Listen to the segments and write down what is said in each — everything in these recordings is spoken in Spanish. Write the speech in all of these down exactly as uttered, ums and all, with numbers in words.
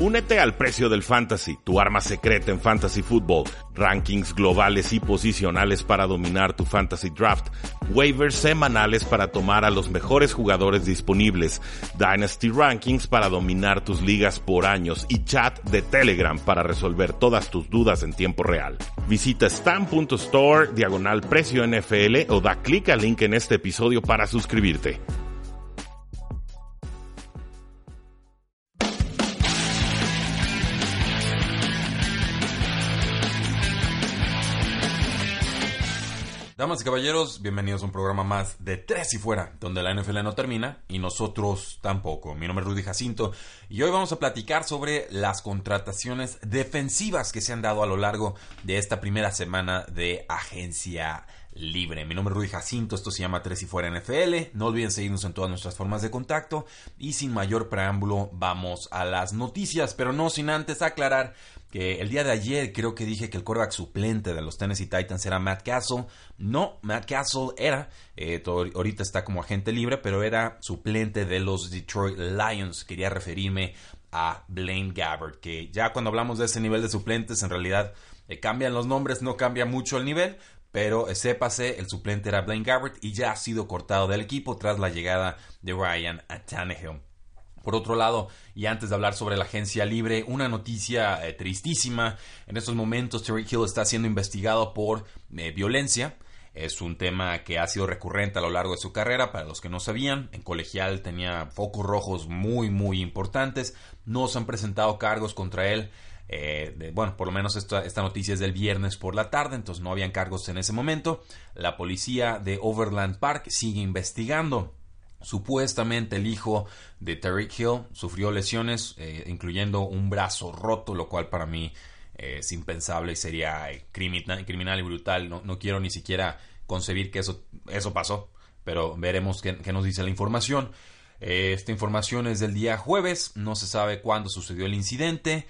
Únete al Precio del Fantasy, tu arma secreta en Fantasy Football. Rankings globales y posicionales para dominar tu Fantasy Draft. Waivers semanales para tomar a los mejores jugadores disponibles. Dynasty Rankings para dominar tus ligas por años. Y chat de Telegram para resolver todas tus dudas en tiempo real. Visita stan punto store, diagonal precio N F L o da clic al link en este episodio para suscribirte. Damas y caballeros, bienvenidos a un programa más de Tres y Fuera, donde la N F L no termina y nosotros tampoco. Mi nombre es Rudy Jacinto y hoy vamos a platicar sobre las contrataciones defensivas que se han dado a lo largo de esta primera semana de agencia libre. Mi nombre es Rudy Jacinto, esto se llama Tres y Fuera N F L. No olviden seguirnos en todas nuestras formas de contacto y sin mayor preámbulo vamos a las noticias, pero no sin antes aclarar que el día de ayer creo que dije que el quarterback suplente de los Tennessee Titans era Matt Castle. No, Matt Castle era, eh, todo, ahorita está como agente libre, pero era suplente de los Detroit Lions. Quería referirme a Blaine Gabbert, que ya cuando hablamos de ese nivel de suplentes, en realidad eh, cambian los nombres, no cambia mucho el nivel, pero eh, sépase, el suplente era Blaine Gabbert y ya ha sido cortado del equipo tras la llegada de Ryan Tannehill. Por otro lado, y antes de hablar sobre la agencia libre, una noticia eh, tristísima. En estos momentos, Tyreek Hill está siendo investigado por eh, violencia. Es un tema que ha sido recurrente a lo largo de su carrera. Para los que no sabían, en colegial tenía focos rojos muy, muy importantes. No se han presentado cargos contra él. Eh, de, bueno, por lo menos esta, esta noticia es del viernes por la tarde, entonces no habían cargos en ese momento. La policía de Overland Park sigue investigando. Supuestamente el hijo de Tyreek Hill sufrió lesiones, eh, incluyendo un brazo roto, lo cual para mí eh, es impensable y sería eh, criminal, criminal y brutal. No, no quiero ni siquiera concebir que eso, eso pasó, pero veremos qué, qué nos dice la información. Eh, esta información es del día jueves, no se sabe cuándo sucedió el incidente.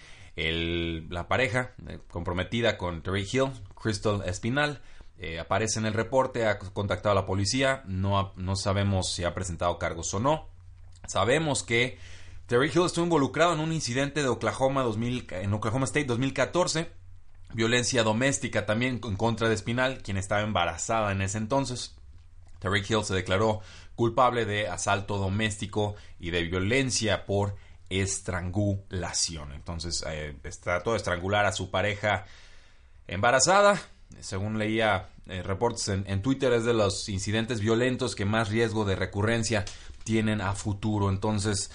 El, la pareja eh, comprometida con Tyreek Hill, Crystal Espinal, Eh, aparece en el reporte, ha contactado a la policía, no, no sabemos si ha presentado cargos o no. Sabemos que Tyreek Hill estuvo involucrado en un incidente de Oklahoma dos mil, en Oklahoma State dos mil catorce, violencia doméstica también en contra de Espinal, quien estaba embarazada en ese entonces. Tyreek Hill se declaró culpable de asalto doméstico y de violencia por estrangulación. Entonces eh, trató de estrangular a su pareja embarazada. Según leía eh, reportes en, en Twitter, es de los incidentes violentos que más riesgo de recurrencia tienen a futuro. Entonces,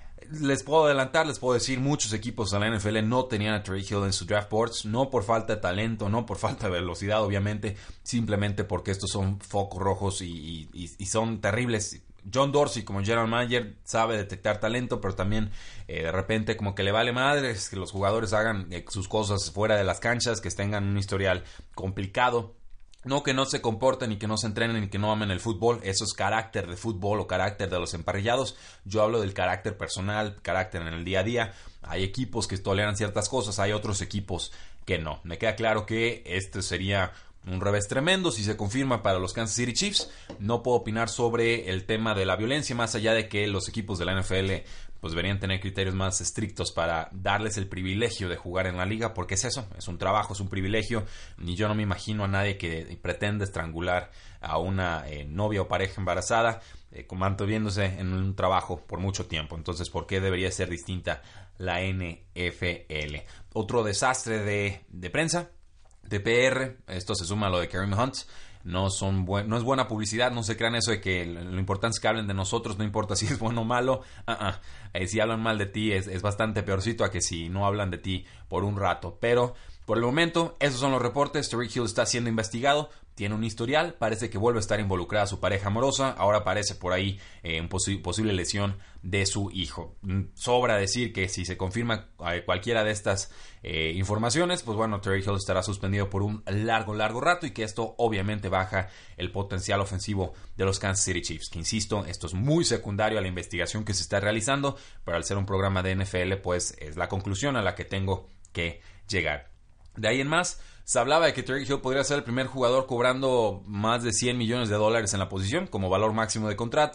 les puedo adelantar, les puedo decir, muchos equipos de la N F L no tenían a Tyreek Hill en sus draft boards, no por falta de talento, no por falta de velocidad, obviamente, simplemente porque estos son focos rojos y, y, y son terribles. John Dorsey, como general manager, sabe detectar talento, pero también eh, de repente como que le vale madres que los jugadores hagan eh, sus cosas fuera de las canchas, que tengan un historial complicado. No que no se comporten y que no se entrenen y que no amen el fútbol. Eso es carácter de fútbol o carácter de los emparrillados. Yo hablo del carácter personal, carácter en el día a día. Hay equipos que toleran ciertas cosas, hay otros equipos que no. Me queda claro que este sería un revés tremendo si se confirma para los Kansas City Chiefs. No puedo opinar sobre el tema de la violencia, más allá de que los equipos de la N F L pues deberían tener criterios más estrictos para darles el privilegio de jugar en la liga, porque es eso, es un trabajo, es un privilegio. Ni yo no me imagino a nadie que pretende estrangular a una eh, novia o pareja embarazada eh, manteniéndose en un trabajo por mucho tiempo. Entonces, ¿por qué debería ser distinta la N F L? Otro desastre de, de prensa, de P R, esto se suma a lo de Kareem Hunt. No, son buen, no es buena publicidad, no se crean eso de que lo importante es que hablen de nosotros, no importa si es bueno o malo. Uh-uh. Eh, si hablan mal de ti es, es bastante peorcito a que si no hablan de ti por un rato. Pero por el momento, esos son los reportes. Tyreek Hill está siendo investigado, tiene un historial, parece que vuelve a estar involucrada su pareja amorosa, ahora aparece por ahí eh, una posi- posible lesión de su hijo. Sobra decir que si se confirma eh, cualquiera de estas eh, informaciones, pues bueno, Tyreek Hill estará suspendido por un largo, largo rato, y que esto obviamente baja el potencial ofensivo de los Kansas City Chiefs, que insisto, esto es muy secundario a la investigación que se está realizando, pero al ser un programa de N F L, pues es la conclusión a la que tengo que llegar. De ahí en más, se hablaba de que Tyreek Hill podría ser el primer jugador cobrando más de cien millones de dólares en la posición como valor máximo de contrato.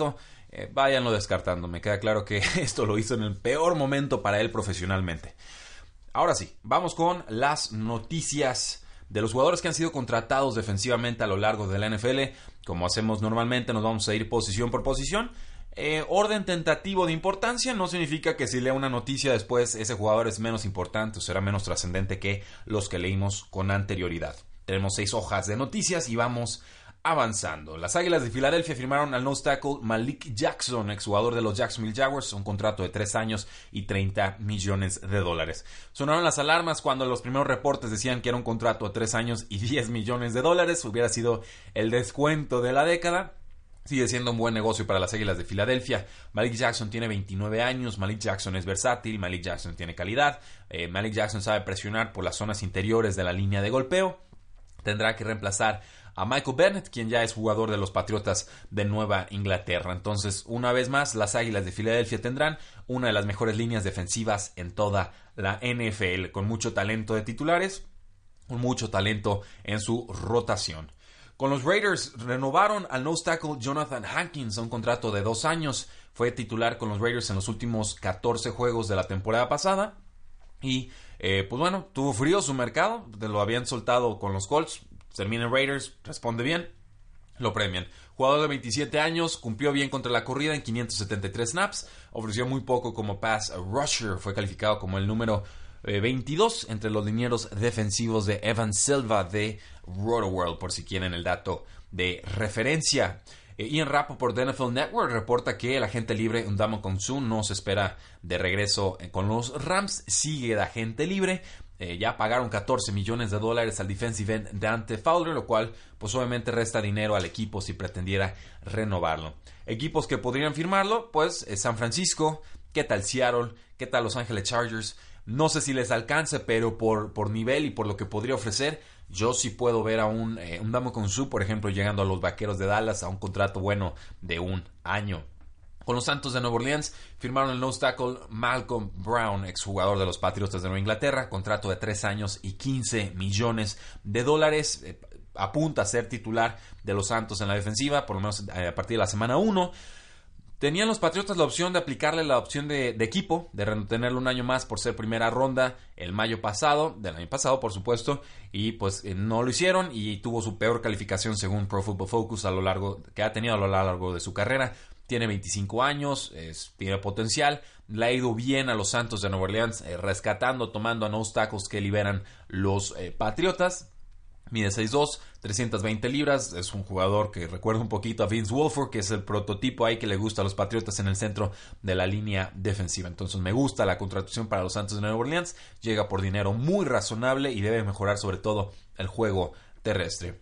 eh, váyanlo descartando. Me queda claro que esto lo hizo en el peor momento para él profesionalmente. Ahora sí, vamos con las noticias de los jugadores que han sido contratados defensivamente a lo largo de la N F L. Como hacemos normalmente, nos vamos a ir posición por posición. Eh, orden tentativo de importancia no significa que si lea una noticia después ese jugador es menos importante o será menos trascendente que los que leímos con anterioridad. Tenemos seis hojas de noticias y vamos avanzando. Las Águilas de Filadelfia firmaron al nose tackle Malik Jackson, exjugador de los Jacksonville Jaguars, un contrato de tres años y treinta millones de dólares. Sonaron las alarmas cuando los primeros reportes decían que era un contrato de tres años y diez millones de dólares. Hubiera sido el descuento de la década. Sigue siendo un buen negocio para las Águilas de Filadelfia. Malik Jackson tiene veintinueve años. Malik Jackson es versátil. Malik Jackson tiene calidad. Eh, Malik Jackson sabe presionar por las zonas interiores de la línea de golpeo. Tendrá que reemplazar a Michael Bennett, quien ya es jugador de los Patriotas de Nueva Inglaterra. Entonces, una vez más, las Águilas de Filadelfia tendrán una de las mejores líneas defensivas en toda la N F L, con mucho talento de titulares, con mucho talento en su rotación. Con los Raiders renovaron al nose tackle Jonathan Hankins a un contrato de dos años. Fue titular con los Raiders en los últimos catorce juegos de la temporada pasada. Y, eh, pues bueno, tuvo frío su mercado. Lo habían soltado con los Colts. Termina en Raiders, responde bien, lo premian. Jugador de veintisiete años, cumplió bien contra la corrida en quinientos setenta y tres snaps. Ofreció muy poco como pass rusher. Fue calificado como el número Eh, veintidós entre los linieros defensivos de Evan Silva de Rotoworld, por si quieren el dato de referencia. Eh, Ian Rapoport de N F L Network reporta que el agente libre Ndamukong Suh no se espera de regreso eh, con los Rams, sigue de agente libre. Eh, ya pagaron catorce millones de dólares al defensive end Dante Fowler, lo cual pues obviamente resta dinero al equipo si pretendiera renovarlo. Equipos que podrían firmarlo, pues eh, San Francisco, ¿qué tal Seattle? ¿Qué tal Los Ángeles Chargers? No sé si les alcance, pero por, por nivel y por lo que podría ofrecer, yo sí puedo ver a un, eh, un Ndamukong Suh, por ejemplo, llegando a los Vaqueros de Dallas a un contrato bueno de un año. Con los Santos de Nueva Orleans firmaron el nose tackle Malcolm Brown, exjugador de los Patriotas de Nueva Inglaterra, contrato de tres años y quince millones de dólares. Eh, apunta a ser titular de los Santos en la defensiva, por lo menos eh, a partir de la semana uno. Tenían los Patriotas la opción de aplicarle la opción de, de equipo, de retenerlo un año más por ser primera ronda el mayo pasado, del año pasado por supuesto, y pues eh, no lo hicieron y tuvo su peor calificación según Pro Football Focus a lo largo que ha tenido a lo largo de su carrera. Tiene veinticinco años, es, tiene potencial, le ha ido bien a los Santos de Nueva Orleans, eh, rescatando, tomando a nose tackles que liberan los eh, Patriotas. Mide seis dos, trescientas veinte libras, es un jugador que recuerda un poquito a Vince Wilfork, que es el prototipo ahí que le gusta a los Patriotas en el centro de la línea defensiva. Entonces me gusta la contratación para los Santos de Nueva Orleans, llega por dinero muy razonable y debe mejorar sobre todo el juego terrestre.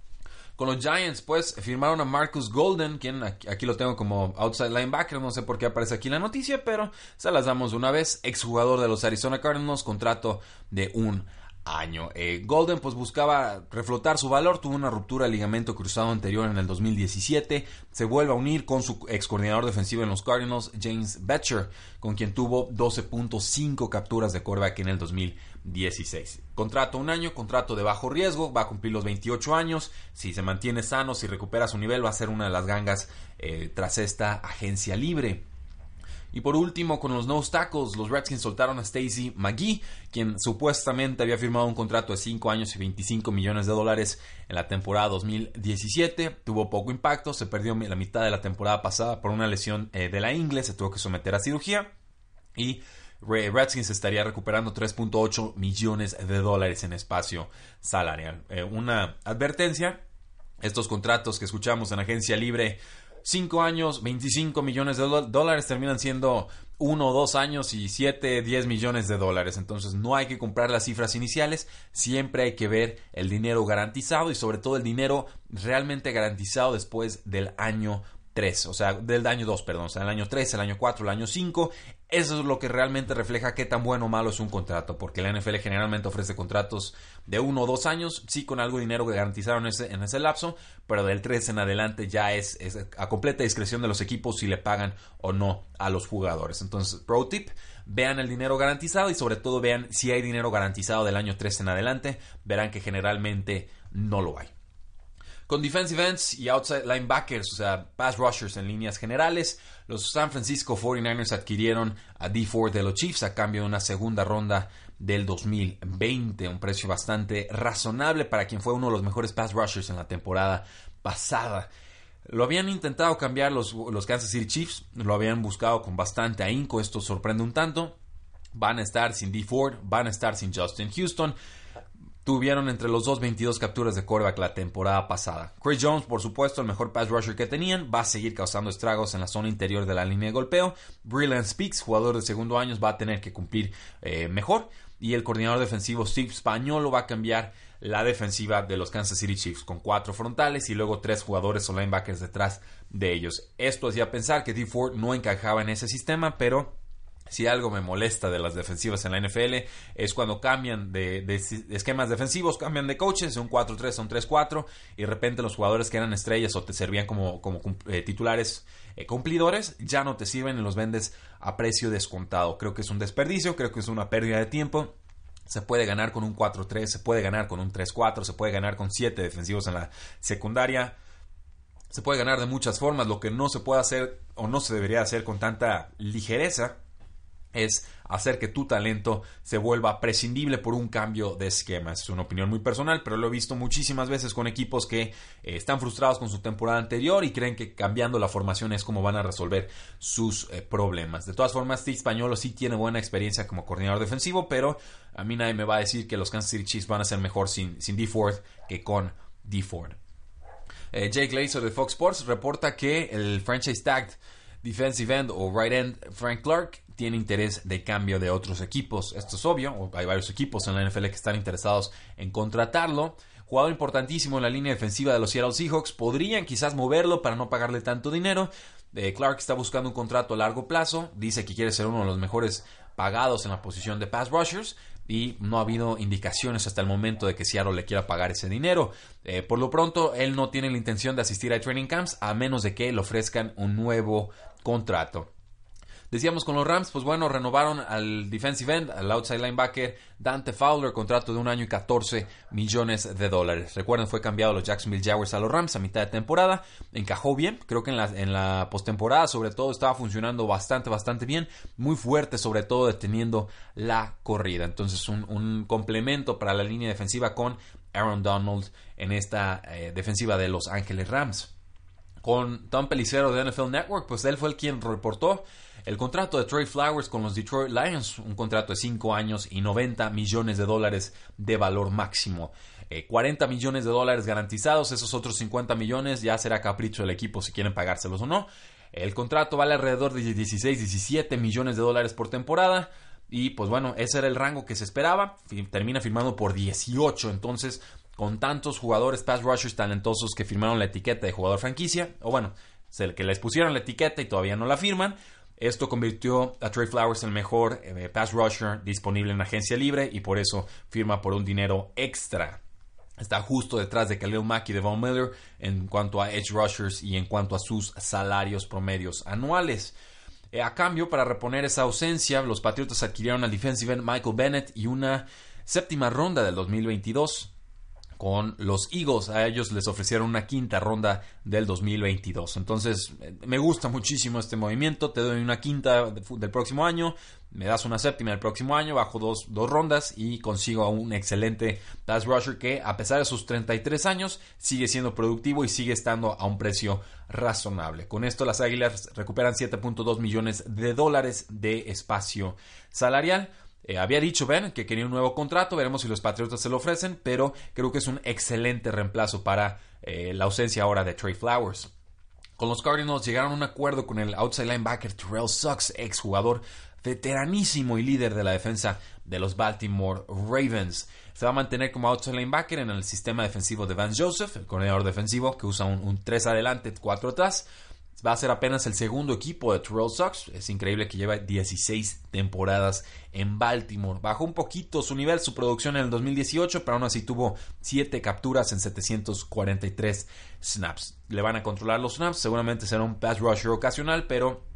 Con los Giants, pues, firmaron a Marcus Golden, quien aquí, aquí lo tengo como outside linebacker, no sé por qué aparece aquí en la noticia, pero se las damos de una vez. Exjugador de los Arizona Cardinals, contrato de un año. Eh, Golden pues buscaba reflotar su valor, tuvo una ruptura de ligamento cruzado anterior en el dos mil diecisiete, se vuelve a unir con su ex coordinador defensivo en los Cardinals, James Bettcher, con quien tuvo doce punto cinco capturas de quarterback en el dos mil dieciséis. Contrato un año, contrato de bajo riesgo, va a cumplir los veintiocho años, si se mantiene sano, si recupera su nivel, va a ser una de las gangas eh, tras esta agencia libre. Y por último, con los nose tackles, los Redskins soltaron a Stacey McGee, quien supuestamente había firmado un contrato de cinco años y veinticinco millones de dólares en la temporada dos mil diecisiete. Tuvo poco impacto, se perdió la mitad de la temporada pasada por una lesión eh, de la ingle, se tuvo que someter a cirugía. Y Redskins estaría recuperando tres punto ocho millones de dólares en espacio salarial. Eh, una advertencia, estos contratos que escuchamos en agencia libre, cinco años, veinticinco millones de dólares, terminan siendo uno o dos años y siete, diez millones de dólares. Entonces no hay que comprar las cifras iniciales, siempre hay que ver el dinero garantizado y sobre todo el dinero realmente garantizado después del año tres, o sea, del año dos, perdón, o sea, el año tres, el año cuatro, el año cinco. Eso es lo que realmente refleja qué tan bueno o malo es un contrato, porque la N F L generalmente ofrece contratos de uno o dos años, sí con algo de dinero que garantizaron en ese, en ese lapso, pero del tres en adelante ya es, es a completa discreción de los equipos si le pagan o no a los jugadores. Entonces, pro tip, vean el dinero garantizado y sobre todo vean si hay dinero garantizado del año tres en adelante, verán que generalmente no lo hay. Con defensive ends y outside linebackers, o sea, pass rushers en líneas generales, los San Francisco cuarenta y nueve ers adquirieron a Dee Ford de los Chiefs a cambio de una segunda ronda del dos mil veinte, un precio bastante razonable para quien fue uno de los mejores pass rushers en la temporada pasada. Lo habían intentado cambiar los, los Kansas City Chiefs, lo habían buscado con bastante ahínco, esto sorprende un tanto. Van a estar sin Dee Ford, van a estar sin Justin Houston. Tuvieron entre los dos veintidós capturas de quarterback la temporada pasada. Chris Jones, por supuesto, el mejor pass rusher que tenían, va a seguir causando estragos en la zona interior de la línea de golpeo. Breland Speaks, jugador de segundo año, va a tener que cumplir eh, mejor. Y el coordinador defensivo Steve Spagnuolo va a cambiar la defensiva de los Kansas City Chiefs con cuatro frontales y luego tres jugadores o linebackers detrás de ellos. Esto hacía pensar que Dee Ford no encajaba en ese sistema, pero si algo me molesta de las defensivas en la N F L es cuando cambian de, de esquemas defensivos, cambian de coaches, de un cuatro tres a un tres cuatro, y de repente los jugadores que eran estrellas o te servían como, como eh, titulares eh, cumplidores, ya no te sirven y los vendes a precio descontado. Creo que es un desperdicio, creo que es una pérdida de tiempo. Se puede ganar con un cuatro tres, se puede ganar con un tres cuatro, se puede ganar con siete defensivos en la secundaria. Se puede ganar de muchas formas. Lo que no se puede hacer o no se debería hacer con tanta ligereza es hacer que tu talento se vuelva prescindible por un cambio de esquema. Es una opinión muy personal, pero lo he visto muchísimas veces con equipos que eh, están frustrados con su temporada anterior y creen que cambiando la formación es como van a resolver sus eh, problemas. De todas formas, Steve Spagnuolo sí tiene buena experiencia como coordinador defensivo, pero a mí nadie me va a decir que los Kansas City Chiefs van a ser mejor sin, sin Dee Ford que con Dee Ford. Eh, Jake Glazer de Fox Sports reporta que el franchise tagged defensive end o right end Frank Clark tiene interés de cambio de otros equipos. Esto es obvio, hay varios equipos en la N F L que están interesados en contratarlo. Jugador importantísimo en la línea defensiva de los Seattle Seahawks. Podrían quizás moverlo para no pagarle tanto dinero. Eh, Clark está buscando un contrato a largo plazo. Dice que quiere ser uno de los mejores pagados en la posición de pass rushers. Y no ha habido indicaciones hasta el momento de que Seattle le quiera pagar ese dinero. Eh, por lo pronto, él no tiene la intención de asistir a training camps a menos de que le ofrezcan un nuevo contrato. Decíamos con los Rams, pues bueno, renovaron al defensive end, al outside linebacker Dante Fowler, contrato de un año y catorce millones de dólares. Recuerden, fue cambiado los Jacksonville Jaguars a los Rams a mitad de temporada. Encajó bien, creo que en la, en la postemporada sobre todo estaba funcionando bastante, bastante bien. Muy fuerte, sobre todo deteniendo la corrida. Entonces un, un complemento para la línea defensiva con Aaron Donald en esta eh, defensiva de Los Ángeles Rams. Con Tom Pelissero de N F L Network, pues él fue el quien reportó el contrato de Trey Flowers con los Detroit Lions, un contrato de cinco años y noventa millones de dólares de valor máximo. Eh, cuarenta millones de dólares garantizados, esos otros cincuenta millones ya será capricho del equipo si quieren pagárselos o no. El contrato vale alrededor de dieciséis, diecisiete millones de dólares por temporada. Y pues bueno, ese era el rango que se esperaba. Termina firmando por dieciocho, entonces con tantos jugadores pass rushers talentosos que firmaron la etiqueta de jugador franquicia, o bueno, que les pusieron la etiqueta y todavía no la firman, esto convirtió a Trey Flowers en el mejor eh, pass rusher disponible en agencia libre y por eso firma por un dinero extra. Está justo detrás de Khalil Mack y de Von Miller en cuanto a edge rushers y en cuanto a sus salarios promedios anuales. Eh, a cambio, para reponer esa ausencia, los Patriotas adquirieron al defensive end Michael Bennett y una séptima ronda del dos mil veintidós. Con los Eagles, a ellos les ofrecieron una quinta ronda del dos mil veintidós. Entonces, me gusta muchísimo este movimiento. Te doy una quinta del próximo año, me das una séptima del próximo año, bajo dos, dos rondas y consigo a un excelente pass rusher que, a pesar de sus treinta y tres años, sigue siendo productivo y sigue estando a un precio razonable. Con esto, las Águilas recuperan siete punto dos millones de dólares de espacio salarial. Eh, había dicho Ben que quería un nuevo contrato, veremos si los Patriotas se lo ofrecen, pero creo que es un excelente reemplazo para eh, la ausencia ahora de Trey Flowers. Con los Cardinals llegaron a un acuerdo con el outside linebacker Terrell Suggs, exjugador veteranísimo y líder de la defensa de los Baltimore Ravens. Se va a mantener como outside linebacker en el sistema defensivo de Vance Joseph, el coordinador defensivo que usa un, un tres adelante, cuatro atrás. Va a ser apenas el segundo equipo de Terrell Suggs. Es increíble que lleva dieciséis temporadas en Baltimore. Bajó un poquito su nivel, su producción en el dos mil dieciocho, pero aún así tuvo siete capturas en setecientos cuarenta y tres snaps. Le van a controlar los snaps. Seguramente será un pass rusher ocasional, pero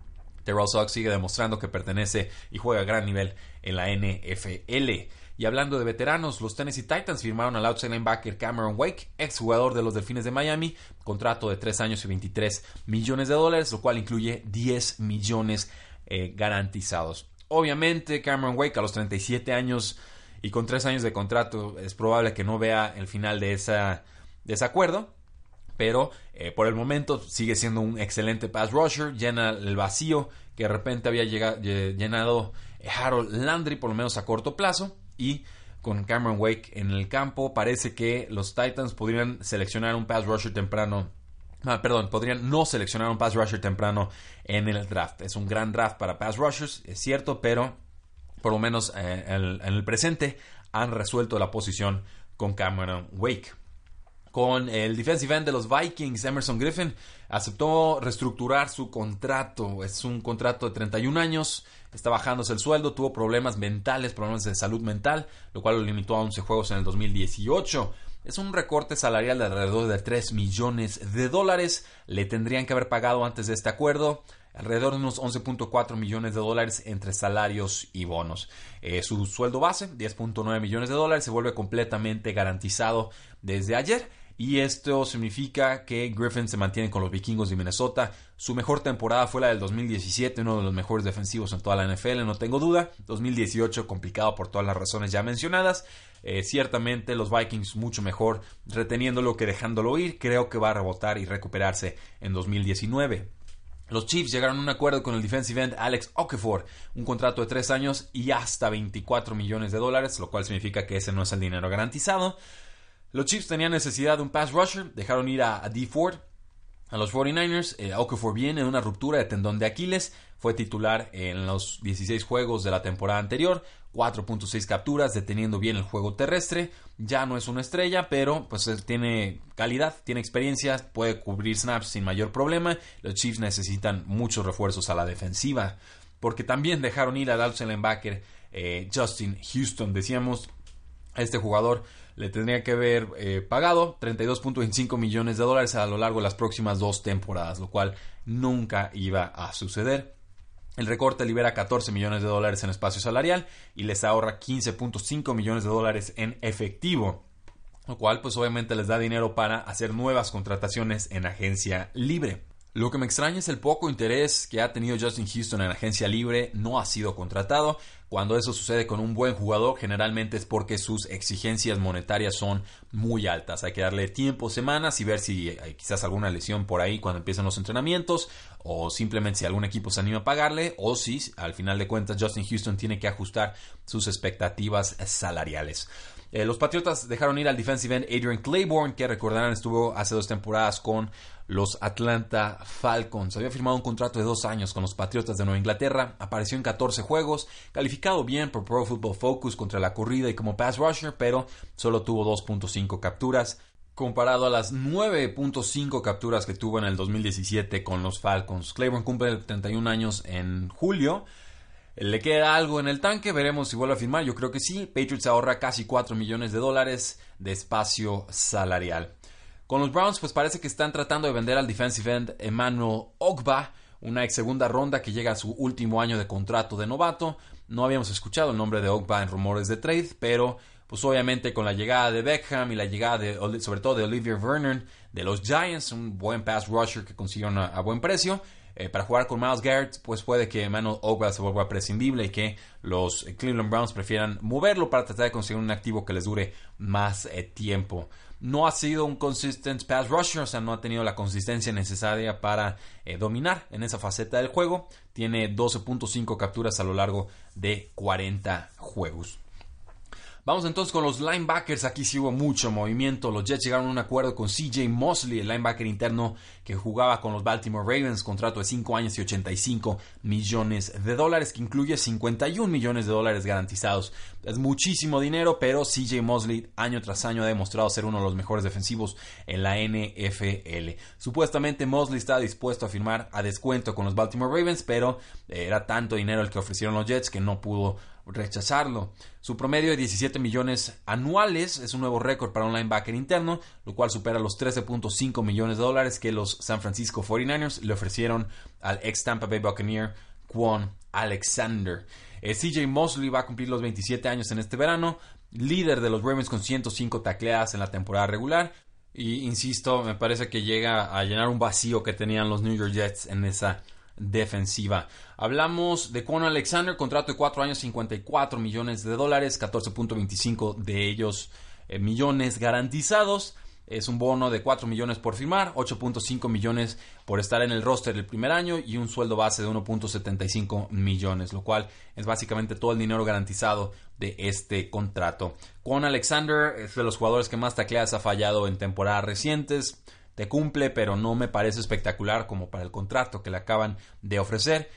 Terrell Suggs sigue demostrando que pertenece y juega a gran nivel en la N F L. Y hablando de veteranos, los Tennessee Titans firmaron al outside linebacker Cameron Wake, exjugador de los Delfines de Miami, contrato de tres años y veintitrés millones de dólares, lo cual incluye diez millones eh, garantizados. Obviamente, Cameron Wake a los treinta y siete años y con tres años de contrato es probable que no vea el final de, esa, de ese acuerdo. Pero eh, por el momento sigue siendo un excelente pass rusher, llena el vacío que de repente había llegado, llenado Harold Landry, por lo menos a corto plazo. Y con Cameron Wake en el campo, parece que los Titans podrían seleccionar un pass rusher temprano. Ah, perdón, podrían no seleccionar un pass rusher temprano en el draft. Es un gran draft para pass rushers, es cierto, pero por lo menos eh, en, en el presente han resuelto la posición con Cameron Wake. Con el defensive end de los Vikings, Emerson Griffin, aceptó reestructurar su contrato. Es un contrato de treinta y un años, está bajándose el sueldo, tuvo problemas mentales, problemas de salud mental, lo cual lo limitó a once juegos en el dos mil dieciocho. Es un recorte salarial de alrededor de tres millones de dólares. Le tendrían que haber pagado antes de este acuerdo alrededor de unos once punto cuatro millones de dólares entre salarios y bonos. Eh, su sueldo base, diez punto nueve millones de dólares, se vuelve completamente garantizado desde ayer. Y esto significa que Griffin se mantiene con los Vikingos de Minnesota. Su mejor temporada fue la del dos mil diecisiete, uno de los mejores defensivos en toda la N F L, no tengo duda. dos mil dieciocho, complicado por todas las razones ya mencionadas. Eh, ciertamente los Vikings mucho mejor reteniéndolo que dejándolo ir. Creo que va a rebotar y recuperarse en dos mil diecinueve. Los Chiefs llegaron a un acuerdo con el defensive end Alex Okafor, un contrato de tres años y hasta veinticuatro millones de dólares, lo cual significa que ese no es el dinero garantizado. Los Chiefs tenían necesidad de un pass rusher, dejaron ir a, a Dee Ford a los cuarenta y nueve ers. Eh, Okafor viene de una ruptura de tendón de Aquiles, fue titular en los dieciséis juegos de la temporada anterior, cuatro punto seis capturas, deteniendo bien el juego terrestre. Ya no es una estrella, pero pues él tiene calidad, tiene experiencia, puede cubrir snaps sin mayor problema. Los Chiefs necesitan muchos refuerzos a la defensiva, porque también dejaron ir al outside linebacker eh, Justin Houston. Decíamos, a este jugador le tendría que haber eh, pagado treinta y dos punto veinticinco millones de dólares a lo largo de las próximas dos temporadas, lo cual nunca iba a suceder. El recorte libera catorce millones de dólares en espacio salarial y les ahorra quince punto cinco millones de dólares en efectivo, lo cual pues obviamente les da dinero para hacer nuevas contrataciones en agencia libre. Lo que me extraña es el poco interés que ha tenido Justin Houston en agencia libre. No ha sido contratado. Cuando eso sucede con un buen jugador, generalmente es porque sus exigencias monetarias son muy altas. Hay que darle tiempo, semanas, y ver si hay quizás alguna lesión por ahí cuando empiezan los entrenamientos, o simplemente si algún equipo se anima a pagarle, o si al final de cuentas Justin Houston tiene que ajustar sus expectativas salariales. Eh, los Patriotas dejaron ir al defensive end Adrian Claiborne, que recordarán estuvo hace dos temporadas con los Atlanta Falcons. Había firmado un contrato de dos años con los Patriotas de Nueva Inglaterra, apareció en catorce juegos, calificado bien por Pro Football Focus contra la corrida y como pass rusher, pero solo tuvo dos punto cinco capturas, comparado a las nueve punto cinco capturas que tuvo en el dos mil diecisiete con los Falcons. Claiborne cumple treinta y un años en julio. ¿Le queda algo en el tanque? Veremos si vuelve a firmar. Yo creo que sí. Patriots ahorra casi cuatro millones de dólares de espacio salarial. Con los Browns, pues parece que están tratando de vender al defensive end Emmanuel Ogbah, una ex segunda ronda que llega a su último año de contrato de novato. No habíamos escuchado el nombre de Ogbah en rumores de trade, pero pues obviamente con la llegada de Beckham y la llegada de, sobre todo de Olivier Vernon de los Giants, un buen pass rusher que consiguieron a, a buen precio, Eh, para jugar con Myles Garrett, pues puede que Emmanuel Ogbah se vuelva prescindible y que los Cleveland Browns prefieran moverlo para tratar de conseguir un activo que les dure más eh, tiempo. No ha sido un consistent pass rusher, o sea, no ha tenido la consistencia necesaria para eh, dominar en esa faceta del juego. Tiene doce punto cinco capturas a lo largo de cuarenta juegos. Vamos entonces con los linebackers. Aquí sí hubo mucho movimiento. Los Jets llegaron a un acuerdo con C J Mosley, el linebacker interno que jugaba con los Baltimore Ravens, contrato de cinco años y ochenta y cinco millones de dólares, que incluye cincuenta y un millones de dólares garantizados. Es muchísimo dinero, pero C J Mosley año tras año ha demostrado ser uno de los mejores defensivos en la N F L. Supuestamente Mosley estaba dispuesto a firmar a descuento con los Baltimore Ravens, pero era tanto dinero el que ofrecieron los Jets que no pudo rechazarlo. Su promedio de diecisiete millones anuales es un nuevo récord para un linebacker interno, lo cual supera los trece punto cinco millones de dólares que los San Francisco cuarenta y nueve ers le ofrecieron al ex Tampa Bay Buccaneer Kwon Alexander. Eh, C J Mosley va a cumplir los veintisiete años en este verano, líder de los Ravens con ciento cinco tacleadas en la temporada regular. Y insisto, me parece que llega a llenar un vacío que tenían los New York Jets en esa defensiva. Hablamos de Kwon Alexander, contrato de cuatro años, cincuenta y cuatro millones de dólares, catorce punto veinticinco de ellos eh, millones garantizados. Es un bono de cuatro millones por firmar, ocho punto cinco millones por estar en el roster el primer año y un sueldo base de uno punto setenta y cinco millones, lo cual es básicamente todo el dinero garantizado de este contrato. Kwon Alexander es de los jugadores que más tacleadas ha fallado en temporadas recientes. Te cumple, pero no me parece espectacular como para el contrato que le acaban de ofrecer.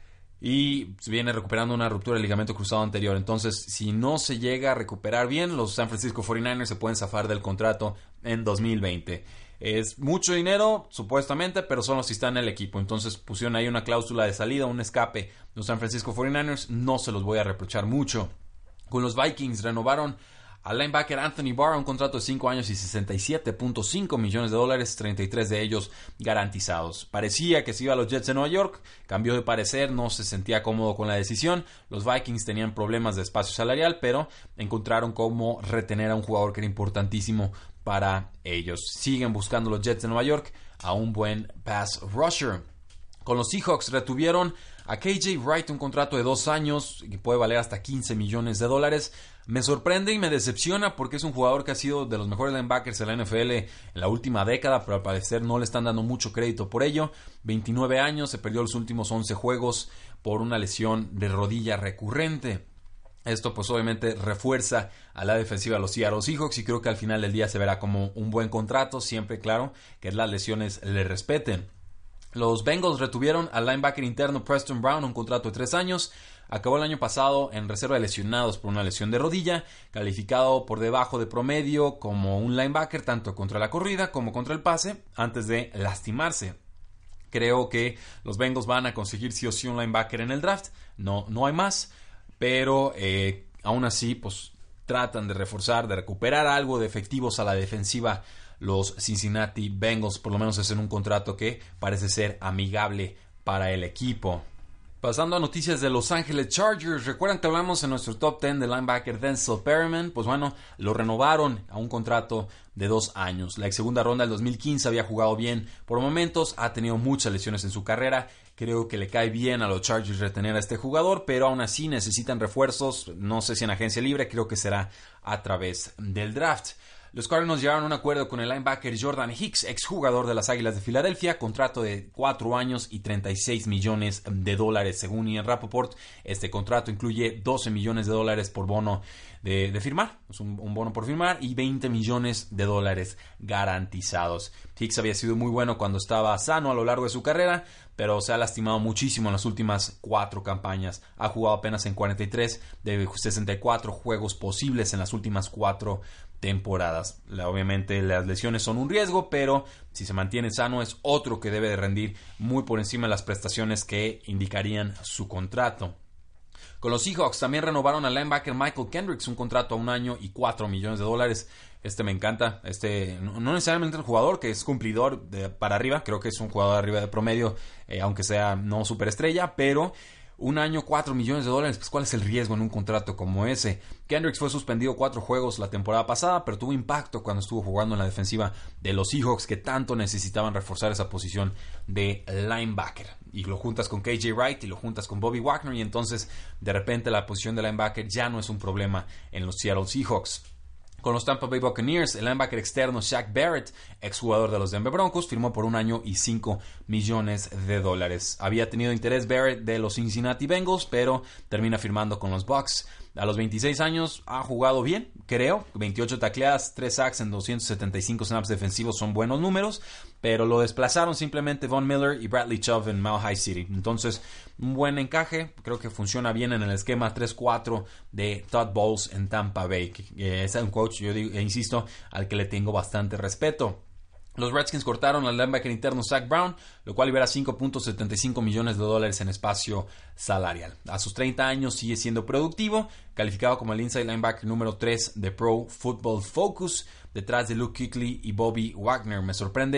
Y viene recuperando una ruptura del ligamento cruzado anterior. Entonces, si no se llega a recuperar bien, los San Francisco cuarenta y nueve ers se pueden zafar del contrato en dos mil veinte. Es mucho dinero, supuestamente, pero solo si está en el equipo. Entonces pusieron ahí una cláusula de salida, un escape. Los San Francisco cuarenta y nueve ers no se los voy a reprochar mucho. Con los Vikings renovaron al linebacker Anthony Barr, un contrato de cinco años y sesenta y siete punto cinco millones de dólares, treinta y tres de ellos garantizados. Parecía que se iba a los Jets de Nueva York, cambió de parecer, no se sentía cómodo con la decisión. Los Vikings tenían problemas de espacio salarial, pero encontraron cómo retener a un jugador que era importantísimo para ellos. Siguen buscando los Jets de Nueva York a un buen pass rusher. Con los Seahawks retuvieron a K J Wright, un contrato de dos años que puede valer hasta quince millones de dólares. Me sorprende y me decepciona porque es un jugador que ha sido de los mejores linebackers de la N F L en la última década, pero al parecer no le están dando mucho crédito por ello. veintinueve años, se perdió los últimos once juegos por una lesión de rodilla recurrente. Esto pues obviamente refuerza a la defensiva de los Seattle Seahawks y creo que al final del día se verá como un buen contrato, siempre claro que las lesiones le respeten. Los Bengals retuvieron al linebacker interno Preston Brown, un contrato de tres años. Acabó el año pasado en reserva de lesionados por una lesión de rodilla, calificado por debajo de promedio como un linebacker tanto contra la corrida como contra el pase, antes de lastimarse. Creo que los Bengals van a conseguir sí o sí un linebacker en el draft, no, no hay más, pero eh, aún así pues tratan de reforzar, de recuperar algo de efectivos a la defensiva los Cincinnati Bengals, por lo menos es en un contrato que parece ser amigable para el equipo. Pasando a noticias de Los Ángeles Chargers, recuerdan que hablamos en nuestro top diez del linebacker Denzel Perryman, pues bueno, lo renovaron a un contrato de dos años. La ex segunda ronda del dos mil quince había jugado bien por momentos, ha tenido muchas lesiones en su carrera. Creo que le cae bien a los Chargers retener a este jugador, pero aún así necesitan refuerzos, no sé si en agencia libre, creo que será a través del draft. Los Cardinals llegaron a un acuerdo con el linebacker Jordan Hicks, exjugador de las Águilas de Filadelfia, contrato de cuatro años y treinta y seis millones de dólares. Según Ian Rapoport, este contrato incluye doce millones de dólares por bono de, de firmar, es un, un bono por firmar, y veinte millones de dólares garantizados. Hicks había sido muy bueno cuando estaba sano a lo largo de su carrera, pero se ha lastimado muchísimo en las últimas cuatro campañas. Ha jugado apenas en cuarenta y tres de sesenta y cuatro juegos posibles en las últimas cuatro temporadas. La, obviamente las lesiones son un riesgo, pero si se mantiene sano es otro que debe de rendir muy por encima de las prestaciones que indicarían su contrato. Con los Seahawks también renovaron al linebacker Michael Kendricks, un contrato a un año y cuatro millones de dólares. Este me encanta, este no necesariamente el jugador que es cumplidor de para arriba, creo que es un jugador arriba de promedio, eh, aunque sea no superestrella, pero un año, cuatro millones de dólares, pues ¿cuál es el riesgo en un contrato como ese? Kendricks fue suspendido cuatro juegos la temporada pasada, pero tuvo impacto cuando estuvo jugando en la defensiva de los Seahawks, que tanto necesitaban reforzar esa posición de linebacker. Y lo juntas con K J Wright y lo juntas con Bobby Wagner, y entonces de repente la posición de linebacker ya no es un problema en los Seattle Seahawks. Con los Tampa Bay Buccaneers, el linebacker externo Shaq Barrett, exjugador de los Denver Broncos, firmó por un año y cinco millones de dólares. Había tenido interés Barrett de los Cincinnati Bengals, pero termina firmando con los Bucs. A los veintiséis años ha jugado bien, creo. veintiocho tacleadas, tres sacks en doscientos setenta y cinco snaps defensivos son buenos números, pero lo desplazaron simplemente Von Miller y Bradley Chubb en Mile High City. Entonces, un buen encaje, creo que funciona bien en el esquema tres cuatro de Todd Bowles en Tampa Bay. Que es un coach, yo digo, e insisto, al que le tengo bastante respeto. Los Redskins cortaron al linebacker interno Zach Brown, lo cual libera cinco punto setenta y cinco millones de dólares en espacio salarial. A sus treinta años sigue siendo productivo, calificado como el inside linebacker número tres de Pro Football Focus, detrás de Luke Kuechly y Bobby Wagner. Me sorprende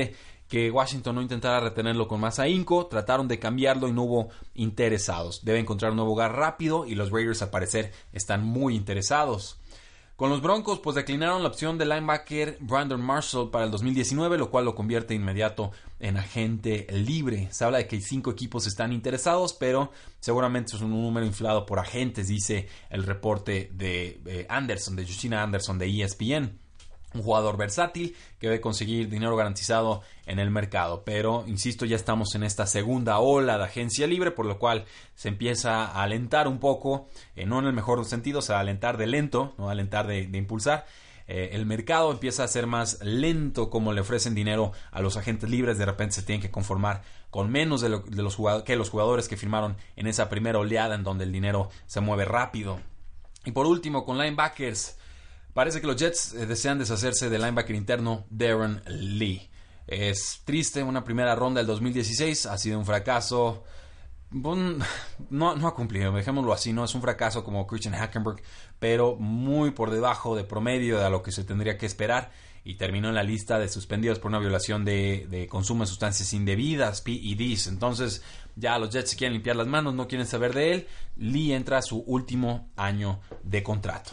que Washington no intentara retenerlo con más ahínco. Trataron de cambiarlo y no hubo interesados. Debe encontrar un nuevo hogar rápido y los Raiders al parecer están muy interesados. Con los Broncos, pues declinaron la opción del linebacker Brandon Marshall para el dos mil diecinueve, lo cual lo convierte de inmediato en agente libre. Se habla de que cinco equipos están interesados, pero seguramente es un número inflado por agentes, dice el reporte de eh, Anderson, de Justina Anderson de E S P N. Un jugador versátil que debe conseguir dinero garantizado en el mercado. Pero, insisto, ya estamos en esta segunda ola de agencia libre, por lo cual se empieza a alentar un poco, eh, no en el mejor sentido, o sea, alentar de lento, no alentar de, de impulsar. Eh, el mercado empieza a ser más lento, como le ofrecen dinero a los agentes libres. De repente se tienen que conformar con menos de, lo, de los jugadores, que los jugadores que firmaron en esa primera oleada en donde el dinero se mueve rápido. Y por último, con linebackers. Parece que los Jets eh, desean deshacerse del linebacker interno Darren Lee. Es triste, una primera ronda del dos mil dieciséis ha sido un fracaso. Un, no, no ha cumplido, dejémoslo así, no es un fracaso como Christian Hackenberg, pero muy por debajo de promedio de lo que se tendría que esperar. Y terminó en la lista de suspendidos por una violación de, de consumo de sustancias indebidas, P E Ds. Entonces ya los Jets se quieren limpiar las manos, no quieren saber de él. Lee entra a su último año de contrato.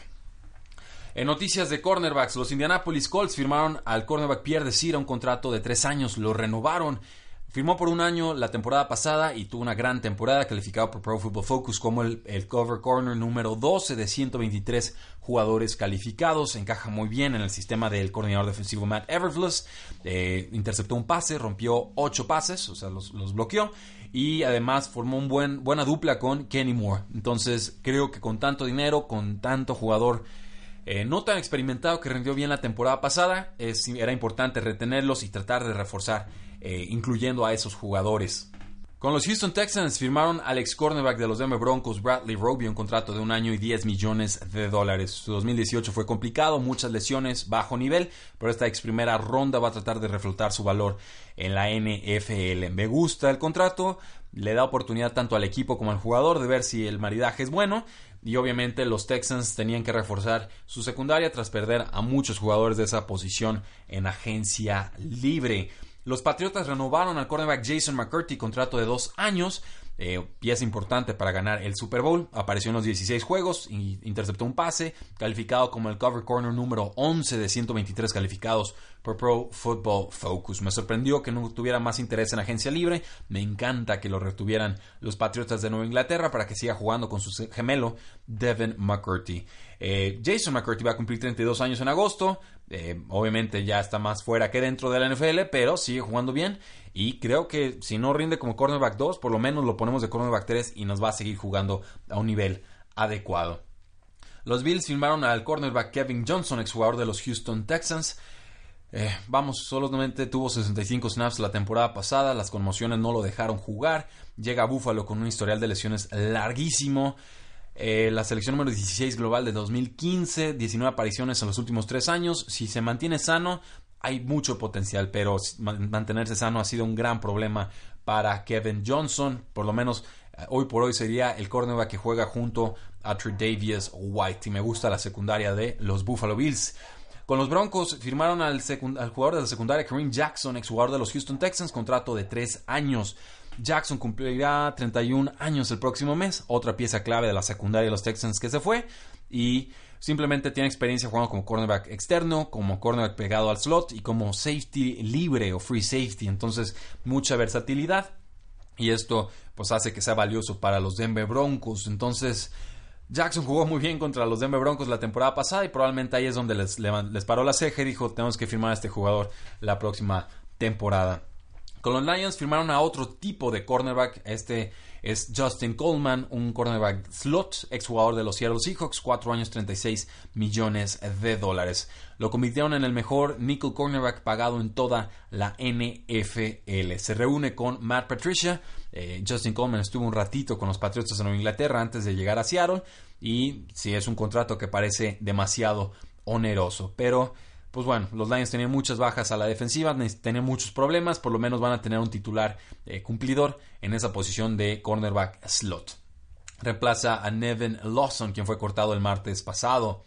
En noticias de cornerbacks, los Indianapolis Colts firmaron al cornerback Pierre Desir a un contrato de tres años, lo renovaron. Firmó por un año la temporada pasada y tuvo una gran temporada, calificado por Pro Football Focus como el, el cover corner número doce de ciento veintitrés jugadores calificados. Encaja muy bien en el sistema del coordinador defensivo Matt Eberflus. Eh, interceptó un pase, rompió ocho pases, o sea, los, los bloqueó. Y además formó un buen, buena dupla con Kenny Moore. Entonces creo que con tanto dinero, con tanto jugador Eh, no tan experimentado que rindió bien la temporada pasada, es, era importante retenerlos y tratar de reforzar, eh, incluyendo a esos jugadores. Con los Houston Texans firmaron al ex cornerback de los Denver Broncos, Bradley Roby, un contrato de un año y diez millones de dólares. Su dos mil dieciocho fue complicado, muchas lesiones, bajo nivel, pero esta ex primera ronda va a tratar de reflotar su valor en la N F L. Me gusta el contrato, le da oportunidad tanto al equipo como al jugador de ver si el maridaje es bueno. Y obviamente los Texans tenían que reforzar su secundaria tras perder a muchos jugadores de esa posición en agencia libre. Los Patriotas renovaron al cornerback Jason McCourty, contrato de dos años, eh, pieza importante para ganar el Super Bowl. Apareció en los dieciséis juegos y interceptó un pase, calificado como el cover corner número once de ciento veintitrés calificados por Pro Football Focus. Me sorprendió que no tuviera más interés en agencia libre. Me encanta que lo retuvieran los Patriotas de Nueva Inglaterra para que siga jugando con su gemelo Devin McCourty. Eh, Jason McCourty va a cumplir treinta y dos años en agosto. Eh, obviamente ya está más fuera que dentro de la N F L, pero sigue jugando bien. Y creo que si no rinde como cornerback dos, por lo menos lo ponemos de cornerback tres y nos va a seguir jugando a un nivel adecuado. Los Bills firmaron al cornerback Kevin Johnson, exjugador de los Houston Texans. Eh, vamos, solamente tuvo sesenta y cinco snaps la temporada pasada, las conmociones no lo dejaron jugar. Llega a Buffalo con un historial de lesiones larguísimo. Eh, la selección número dieciséis global de dos mil quince, diecinueve apariciones en los últimos tres años. Si se mantiene sano, hay mucho potencial, pero mantenerse sano ha sido un gran problema para Kevin Johnson. Por lo menos eh, hoy por hoy sería el cornerback que juega junto a Tre'Davious White. Y me gusta la secundaria de los Buffalo Bills. Con los Broncos firmaron al, secund- al jugador de la secundaria Kareem Jackson, exjugador de los Houston Texans, contrato de tres años. Jackson cumplirá treinta y un años el próximo mes, otra pieza clave de la secundaria de los Texans que se fue, y simplemente tiene experiencia jugando como cornerback externo, como cornerback pegado al slot y como safety libre o free safety. Entonces mucha versatilidad, y esto pues hace que sea valioso para los Denver Broncos. Entonces Jackson jugó muy bien contra los Denver Broncos la temporada pasada y probablemente ahí es donde les, les paró la ceja y dijo: tenemos que firmar a este jugador la próxima temporada. Con los Lions firmaron a otro tipo de cornerback. Este es Justin Coleman, un cornerback slot, exjugador de los Seattle Seahawks, cuatro años, treinta y seis millones de dólares. Lo convirtieron en el mejor nickel cornerback pagado en toda la N F L. Se reúne con Matt Patricia. Eh, Justin Coleman estuvo un ratito con los Patriotas de Nueva Inglaterra antes de llegar a Seattle, y sí es un contrato que parece demasiado oneroso, pero pues bueno, los Lions tenían muchas bajas a la defensiva, tenían muchos problemas, por lo menos van a tener un titular eh, cumplidor en esa posición de cornerback slot. Reemplaza a Nevin Lawson, quien fue cortado el martes pasado.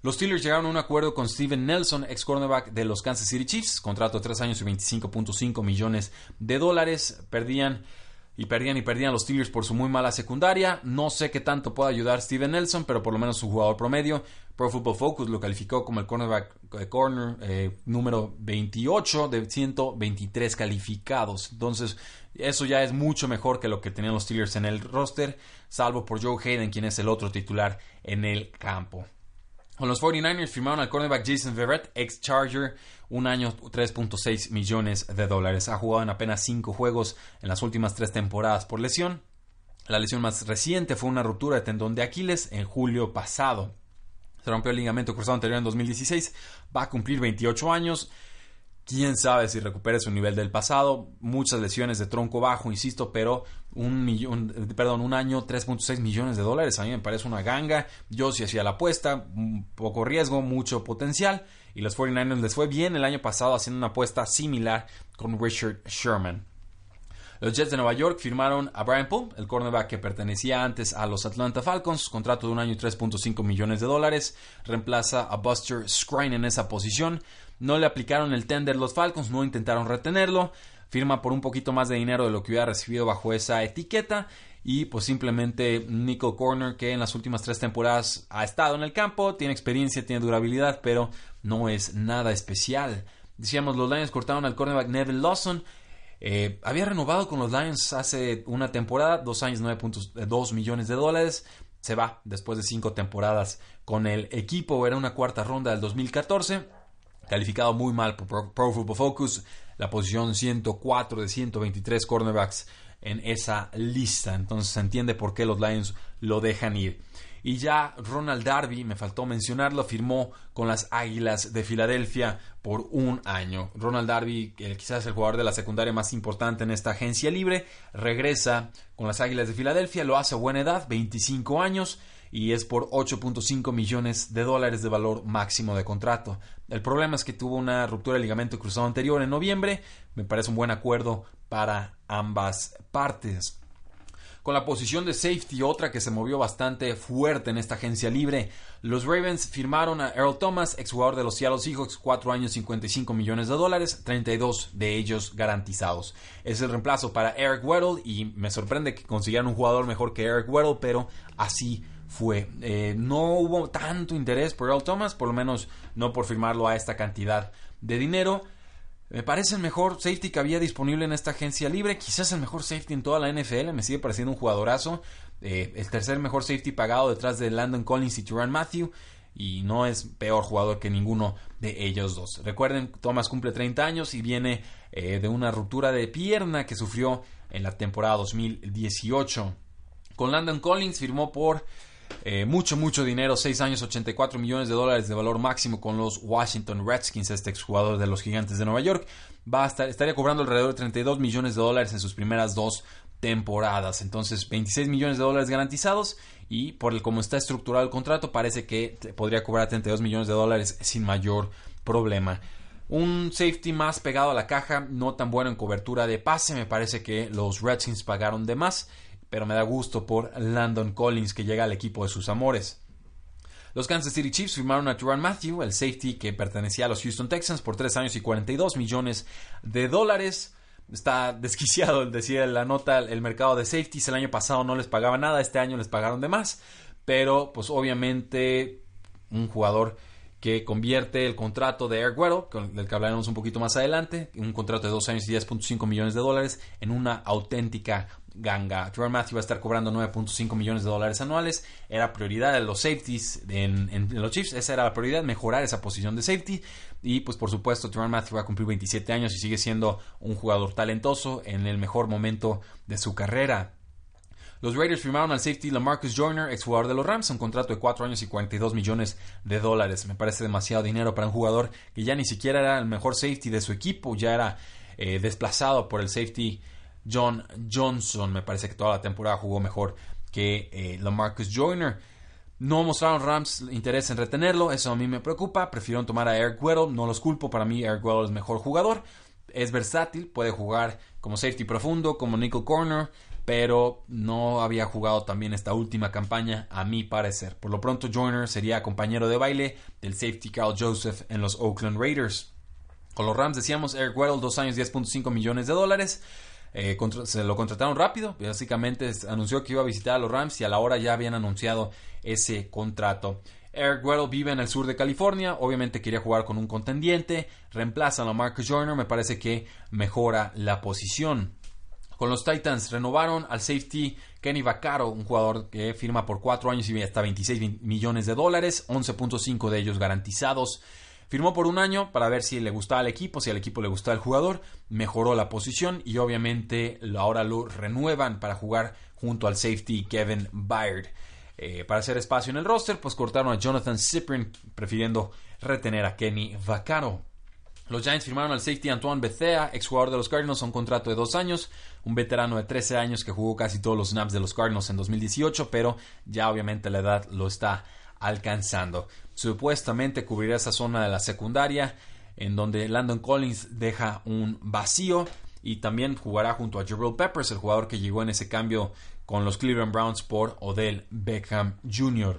Los Steelers llegaron a un acuerdo con Steven Nelson, ex cornerback de los Kansas City Chiefs, contrato de tres años y veinticinco punto cinco millones de dólares. Perdían y perdían y perdían los Steelers por su muy mala secundaria. No sé qué tanto puede ayudar Steven Nelson, pero por lo menos su jugador promedio. Pro Football Focus lo calificó como el cornerback eh, corner eh, número veintiocho de ciento veintitrés calificados. Entonces, eso ya es mucho mejor que lo que tenían los Steelers en el roster, salvo por Joe Hayden, quien es el otro titular en el campo. Con los cuarenta y nueve ers firmaron al cornerback Jason Verrett, ex Charger, un año, tres punto seis millones de dólares. Ha jugado en apenas cinco juegos en las últimas tres temporadas por lesión. La lesión más reciente fue una ruptura de tendón de Aquiles en julio pasado. Se rompió el ligamento cruzado anterior en dos mil dieciséis. Va a cumplir veintiocho años. Quién sabe si recupere su nivel del pasado. Muchas lesiones de tronco bajo, insisto, pero un millón, perdón, un año, tres punto seis millones de dólares. A mí me parece una ganga. Yo sí hacía la apuesta, un poco riesgo, mucho potencial. Y los cuarenta y nueve ers les fue bien el año pasado haciendo una apuesta similar con Richard Sherman. Los Jets de Nueva York firmaron a Brian Poole, el cornerback que pertenecía antes a los Atlanta Falcons, contrato de un año y tres punto cinco millones de dólares. Reemplaza a Buster Skrine en esa posición. No le aplicaron el tender los Falcons, no intentaron retenerlo. Firma por un poquito más de dinero de lo que hubiera recibido bajo esa etiqueta. Y pues simplemente nickel corner que en las últimas tres temporadas ha estado en el campo, tiene experiencia, tiene durabilidad, pero no es nada especial. Decíamos, los Lions cortaron al cornerback Neville Lawson. Eh, había renovado con los Lions hace una temporada, dos años, nueve punto dos millones de dólares. Se va después de cinco temporadas con el equipo. Era una cuarta ronda del dos mil catorce. Calificado muy mal por Pro, Pro Football Focus. La posición ciento cuatro de ciento veintitrés cornerbacks en esa lista. Entonces se entiende por qué los Lions lo dejan ir. Y ya Ronald Darby, me faltó mencionarlo, firmó con las Águilas de Filadelfia por un año. Ronald Darby, que quizás es el jugador de la secundaria más importante en esta agencia libre, regresa con las Águilas de Filadelfia, lo hace a buena edad, veinticinco años, y es por ocho punto cinco millones de dólares de valor máximo de contrato. El problema es que tuvo una ruptura de ligamento cruzado anterior en noviembre. Me parece un buen acuerdo para ambas partes. Con la posición de safety, otra que se movió bastante fuerte en esta agencia libre, los Ravens firmaron a Earl Thomas, exjugador de los Seattle Seahawks, cuatro años, cincuenta y cinco millones de dólares, treinta y dos de ellos garantizados. Es el reemplazo para Eric Weddle y me sorprende que consiguieran un jugador mejor que Eric Weddle, pero así fue. Eh, no hubo tanto interés por Earl Thomas, por lo menos no por firmarlo a esta cantidad de dinero. Me parece el mejor safety que había disponible en esta agencia libre. Quizás el mejor safety en toda la N F L. Me sigue pareciendo un jugadorazo. Eh, el tercer mejor safety pagado detrás de Landon Collins y Tyrann Mathieu. Y no es peor jugador que ninguno de ellos dos. Recuerden, Thomas cumple treinta años y viene eh, de una ruptura de pierna que sufrió en la temporada dos mil dieciocho. Con Landon Collins firmó por Eh, mucho, mucho dinero, seis años, ochenta y cuatro millones de dólares de valor máximo con los Washington Redskins, este exjugador de los Gigantes de Nueva York. Va a estar, estaría cobrando alrededor de treinta y dos millones de dólares en sus primeras dos temporadas. Entonces, veintiséis millones de dólares garantizados y por el como está estructurado el contrato, parece que podría cobrar treinta y dos millones de dólares sin mayor problema. Un safety más pegado a la caja, no tan bueno en cobertura de pase. Me parece que los Redskins pagaron de más, pero me da gusto por Landon Collins, que llega al equipo de sus amores. Los Kansas City Chiefs firmaron a Tyrann Mathieu, el safety que pertenecía a los Houston Texans, por tres años y cuarenta y dos millones de dólares. Está desquiciado, decía la nota, el mercado de safeties. El año pasado no les pagaba nada, este año les pagaron de más. Pero, pues obviamente, un jugador que convierte el contrato de Eric Weddle, del que hablaremos un poquito más adelante, un contrato de dos años y diez punto cinco millones de dólares, en una auténtica ganga. Tyrann Mathieu va a estar cobrando nueve punto cinco millones de dólares anuales. Era prioridad de los safeties en, en, en los Chiefs. Esa era la prioridad, mejorar esa posición de safety. Y pues por supuesto Tyrann Mathieu va a cumplir veintisiete años y sigue siendo un jugador talentoso en el mejor momento de su carrera. Los Raiders firmaron al safety LaMarcus Joyner, exjugador de los Rams, un contrato de cuatro años y cuarenta y dos millones de dólares. Me parece demasiado dinero para un jugador que ya ni siquiera era el mejor safety de su equipo, ya era eh, desplazado por el safety John Johnson. Me parece que toda la temporada jugó mejor que eh, LaMarcus Joyner. No mostraron Rams interés en retenerlo, eso a mí me preocupa. Prefirieron tomar a Eric Weddle, no los culpo, para mí Eric Weddle es mejor jugador. Es versátil, puede jugar como safety profundo, como nickel corner, pero no había jugado también esta última campaña, a mi parecer. Por lo pronto, Joyner sería compañero de baile del safety Karl Joseph en los Oakland Raiders. Con los Rams decíamos Eric Weddle, dos años, diez punto cinco millones de dólares. Eh, contra, se lo contrataron rápido, básicamente anunció que iba a visitar a los Rams y a la hora ya habían anunciado ese contrato. Eric Weddle vive en el sur de California, obviamente quería jugar con un contendiente, reemplaza a Marcus Joyner, me parece que mejora la posición. Con los Titans renovaron al safety Kenny Vaccaro, un jugador que firma por cuatro años y hasta veintiséis millones de dólares, once punto cinco de ellos garantizados. Firmó por un año para ver si le gustaba al equipo, si al equipo le gustaba el jugador, mejoró la posición y obviamente ahora lo renuevan para jugar junto al safety Kevin Byard. Eh, para hacer espacio en el roster, pues cortaron a Jonathan Cyprien, prefiriendo retener a Kenny Vaccaro. Los Giants firmaron al safety Antoine Bethea, exjugador de los Cardinals, a un contrato de dos años, un veterano de trece años que jugó casi todos los snaps de los Cardinals en dos mil dieciocho, pero ya obviamente la edad lo está alcanzando. Supuestamente cubrirá esa zona de la secundaria en donde Landon Collins deja un vacío y también jugará junto a Jabril Peppers, el jugador que llegó en ese cambio con los Cleveland Browns por Odell Beckham junior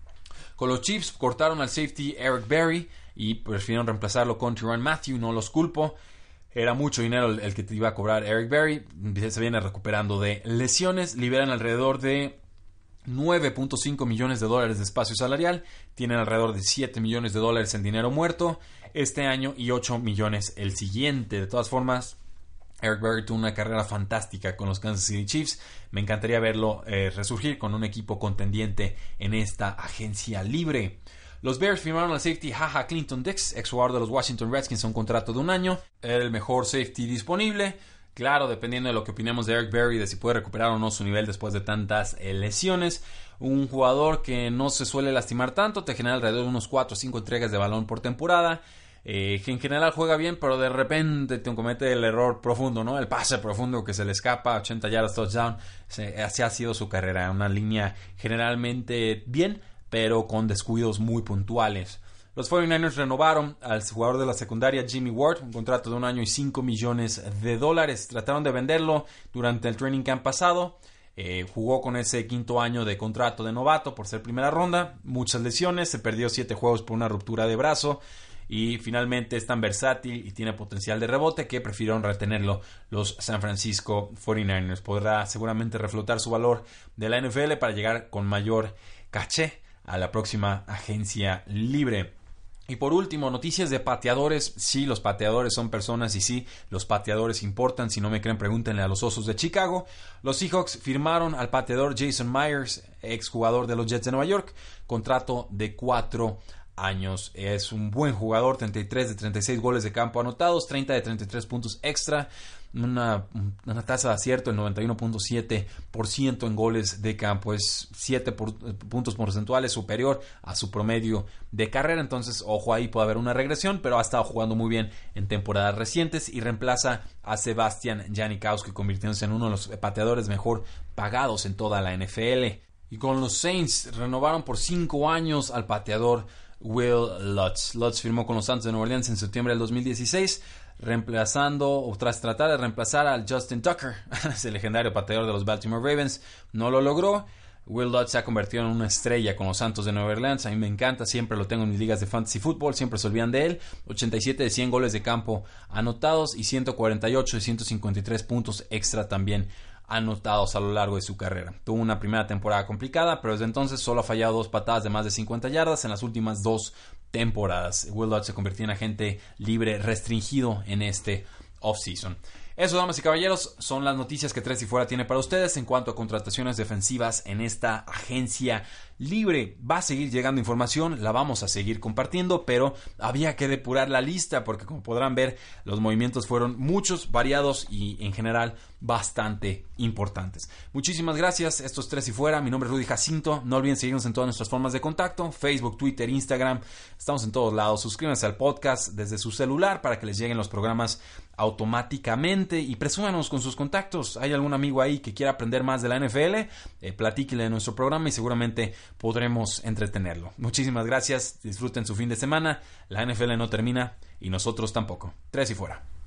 Con los Chiefs cortaron al safety Eric Berry y prefirieron reemplazarlo con Tyrann Mathieu, no los culpo. Era mucho dinero el, el que te iba a cobrar Eric Berry, se viene recuperando de lesiones, liberan alrededor de nueve punto cinco millones de dólares de espacio salarial, tienen alrededor de siete millones de dólares en dinero muerto este año y ocho millones el siguiente. De todas formas, Eric Berry tuvo una carrera fantástica con los Kansas City Chiefs. Me encantaría verlo eh, resurgir con un equipo contendiente en esta agencia libre. Los Bears firmaron al safety Jaja Clinton Dix, ex jugador de los Washington Redskins, a un contrato de un año. Era el mejor safety disponible. Claro, dependiendo de lo que opinemos de Eric Berry, de si puede recuperar o no su nivel después de tantas eh, lesiones. Un jugador que no se suele lastimar tanto, te genera alrededor de unos cuatro o cinco entregas de balón por temporada. Eh, que en general juega bien, pero de repente te comete el error profundo, ¿no? El pase profundo que se le escapa, ochenta yardas touchdown. Así ha sido su carrera, una línea generalmente bien, pero con descuidos muy puntuales. Los cuarenta y nueve ers renovaron al jugador de la secundaria Jimmy Ward, un contrato de un año y cinco millones de dólares. Trataron de venderlo durante el training camp pasado. Eh, jugó con ese quinto año de contrato de novato por ser primera ronda. Muchas lesiones, se perdió siete juegos por una ruptura de brazo. Y finalmente es tan versátil y tiene potencial de rebote que prefirieron retenerlo los San Francisco cuarenta y nueve ers. Podrá seguramente reflotar su valor de la N F L para llegar con mayor caché a la próxima agencia libre. Y por último, noticias de pateadores. Sí, los pateadores son personas y sí, los pateadores importan. Si no me creen, pregúntenle a los Osos de Chicago. Los Seahawks firmaron al pateador Jason Myers, exjugador de los Jets de Nueva York, contrato de cuatro años. Es un buen jugador, treinta y tres de treinta y seis goles de campo anotados, treinta de treinta y tres puntos extra, una, una tasa de acierto del noventa y uno punto siete por ciento en goles de campo. Es siete por, puntos porcentuales superior a su promedio de carrera. Entonces, ojo, ahí puede haber una regresión, pero ha estado jugando muy bien en temporadas recientes y reemplaza a Sebastian Janikowski, convirtiéndose en uno de los pateadores mejor pagados en toda la N F L. Y con los Saints renovaron por cinco años al pateador Will Lutz. Lutz firmó con los Santos de Nueva Orleans en septiembre del dos mil dieciséis, reemplazando o tras tratar de reemplazar al Justin Tucker, ese legendario pateador de los Baltimore Ravens. No lo logró. Will Lutz se ha convertido en una estrella con los Santos de Nueva Orleans. A mí me encanta, siempre lo tengo en mis ligas de fantasy fútbol, siempre se olvidan de él. ochenta y siete de cien goles de campo anotados y ciento cuarenta y ocho de ciento cincuenta y tres puntos extra también anotados a lo largo de su carrera. Tuvo una primera temporada complicada, pero desde entonces solo ha fallado dos patadas de más de cincuenta yardas en las últimas dos temporadas. Will Lutz se convirtió en agente libre restringido en este offseason. Eso, damas y caballeros, son las noticias que Tres y Fuera tiene para ustedes en cuanto a contrataciones defensivas en esta agencia libre. Va a seguir llegando información, la vamos a seguir compartiendo, pero había que depurar la lista porque, como podrán ver, los movimientos fueron muchos, variados y en general bastante importantes. Muchísimas gracias, esto es Tres y Fuera. Mi nombre es Rudy Jacinto. No olviden seguirnos en todas nuestras formas de contacto: Facebook, Twitter, Instagram. Estamos en todos lados. Suscríbanse al podcast desde su celular para que les lleguen los programas automáticamente y presúmanos con sus contactos. ¿Hay algún amigo ahí que quiera aprender más de la N F L? Eh, platíquenle de nuestro programa y seguramente podremos entretenerlo. Muchísimas gracias, disfruten su fin de semana. La N F L no termina y nosotros tampoco. Tres y Fuera.